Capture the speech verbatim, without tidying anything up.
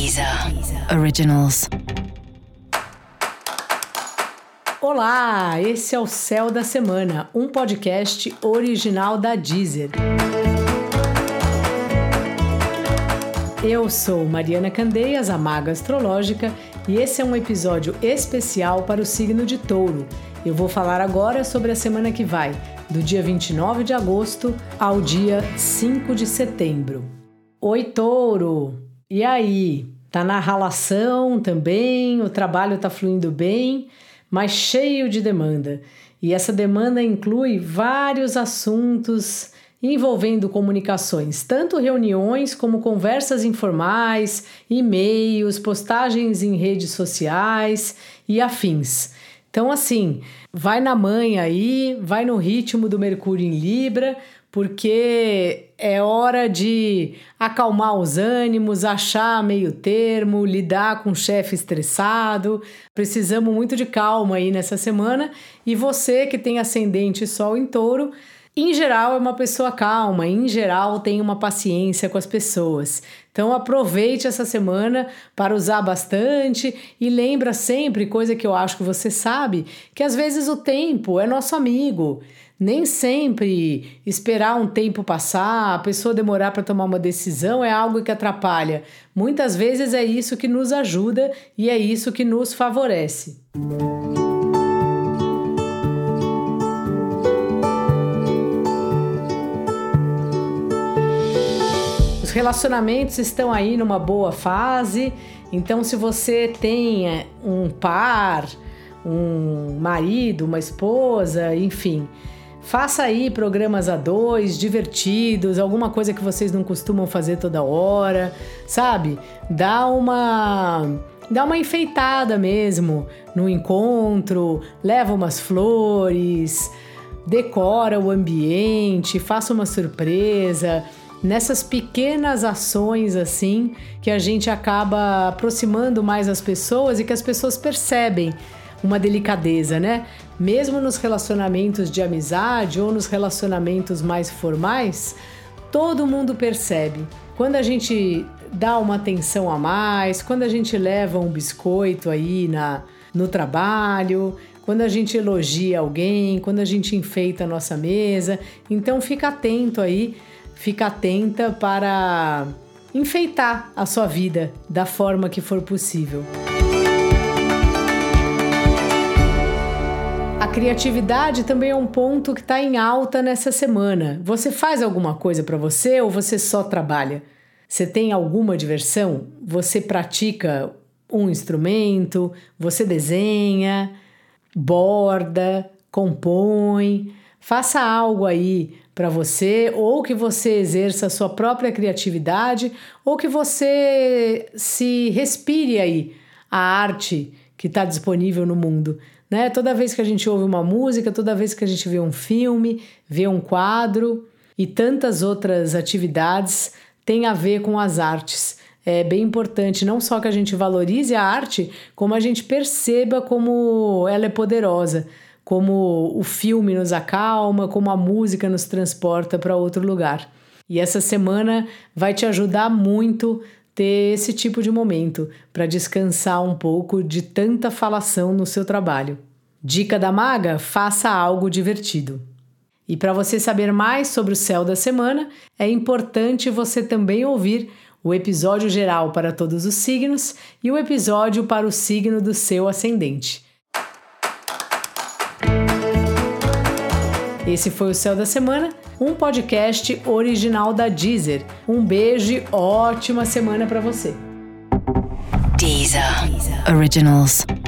Deezer Originals. Olá, esse é o Céu da Semana, um podcast original da Deezer. Eu sou Mariana Candeias, a Maga Astrológica, e esse é um episódio especial para o signo de Touro. Eu vou falar agora sobre a semana que vai, do dia vinte e nove de agosto ao dia cinco de setembro. Oi, Touro! E aí? Tá na ralação também? O trabalho tá fluindo bem, mas cheio de demanda. E essa demanda inclui vários assuntos envolvendo comunicações, tanto reuniões como conversas informais, e-mails, postagens em redes sociais e afins. Então, assim, vai na manha aí, vai no ritmo do Mercúrio em Libra, porque é hora de acalmar os ânimos, achar meio termo, lidar com o chefe estressado. Precisamos muito de calma aí nessa semana. E você que tem ascendente Sol em Touro, em geral é uma pessoa calma, em geral tem uma paciência com as pessoas. Então aproveite essa semana para usar bastante e lembra sempre, coisa que eu acho que você sabe, que às vezes o tempo é nosso amigo. Nem sempre esperar um tempo passar, a pessoa demorar para tomar uma decisão é algo que atrapalha. Muitas vezes é isso que nos ajuda e é isso que nos favorece. Os relacionamentos estão aí numa boa fase, então se você tem um par, um marido, uma esposa, enfim, faça aí programas a dois, divertidos, alguma coisa que vocês não costumam fazer toda hora, sabe? Dá uma, dá uma enfeitada mesmo no encontro, leva umas flores, decora o ambiente, faça uma surpresa. Nessas pequenas ações assim que a gente acaba aproximando mais as pessoas e que as pessoas percebem uma delicadeza, né? Mesmo nos relacionamentos de amizade ou nos relacionamentos mais formais, todo mundo percebe. Quando a gente dá uma atenção a mais, quando a gente leva um biscoito aí na, no trabalho, quando a gente elogia alguém, quando a gente enfeita a nossa mesa. Então fica atento aí, fica atenta para enfeitar a sua vida da forma que for possível. A criatividade também é um ponto que está em alta nessa semana. Você faz alguma coisa para você ou você só trabalha? Você tem alguma diversão? Você pratica um instrumento? Você desenha, borda, compõe? Faça algo aí para você, ou que você exerça a sua própria criatividade, ou que você se respire aí a arte que está disponível no mundo. Né? Toda vez que a gente ouve uma música, toda vez que a gente vê um filme, vê um quadro e tantas outras atividades tem a ver com as artes. É bem importante não só que a gente valorize a arte, como a gente perceba como ela é poderosa, como o filme nos acalma, como a música nos transporta para outro lugar. E essa semana vai te ajudar muito ter esse tipo de momento para descansar um pouco de tanta falação no seu trabalho. Dica da Maga: faça algo divertido. E para você saber mais sobre o céu da semana, é importante você também ouvir o episódio geral para todos os signos e o episódio para o signo do seu ascendente. Esse foi o Céu da Semana, um podcast original da Deezer. Um beijo e ótima semana para você. Deezer Originals.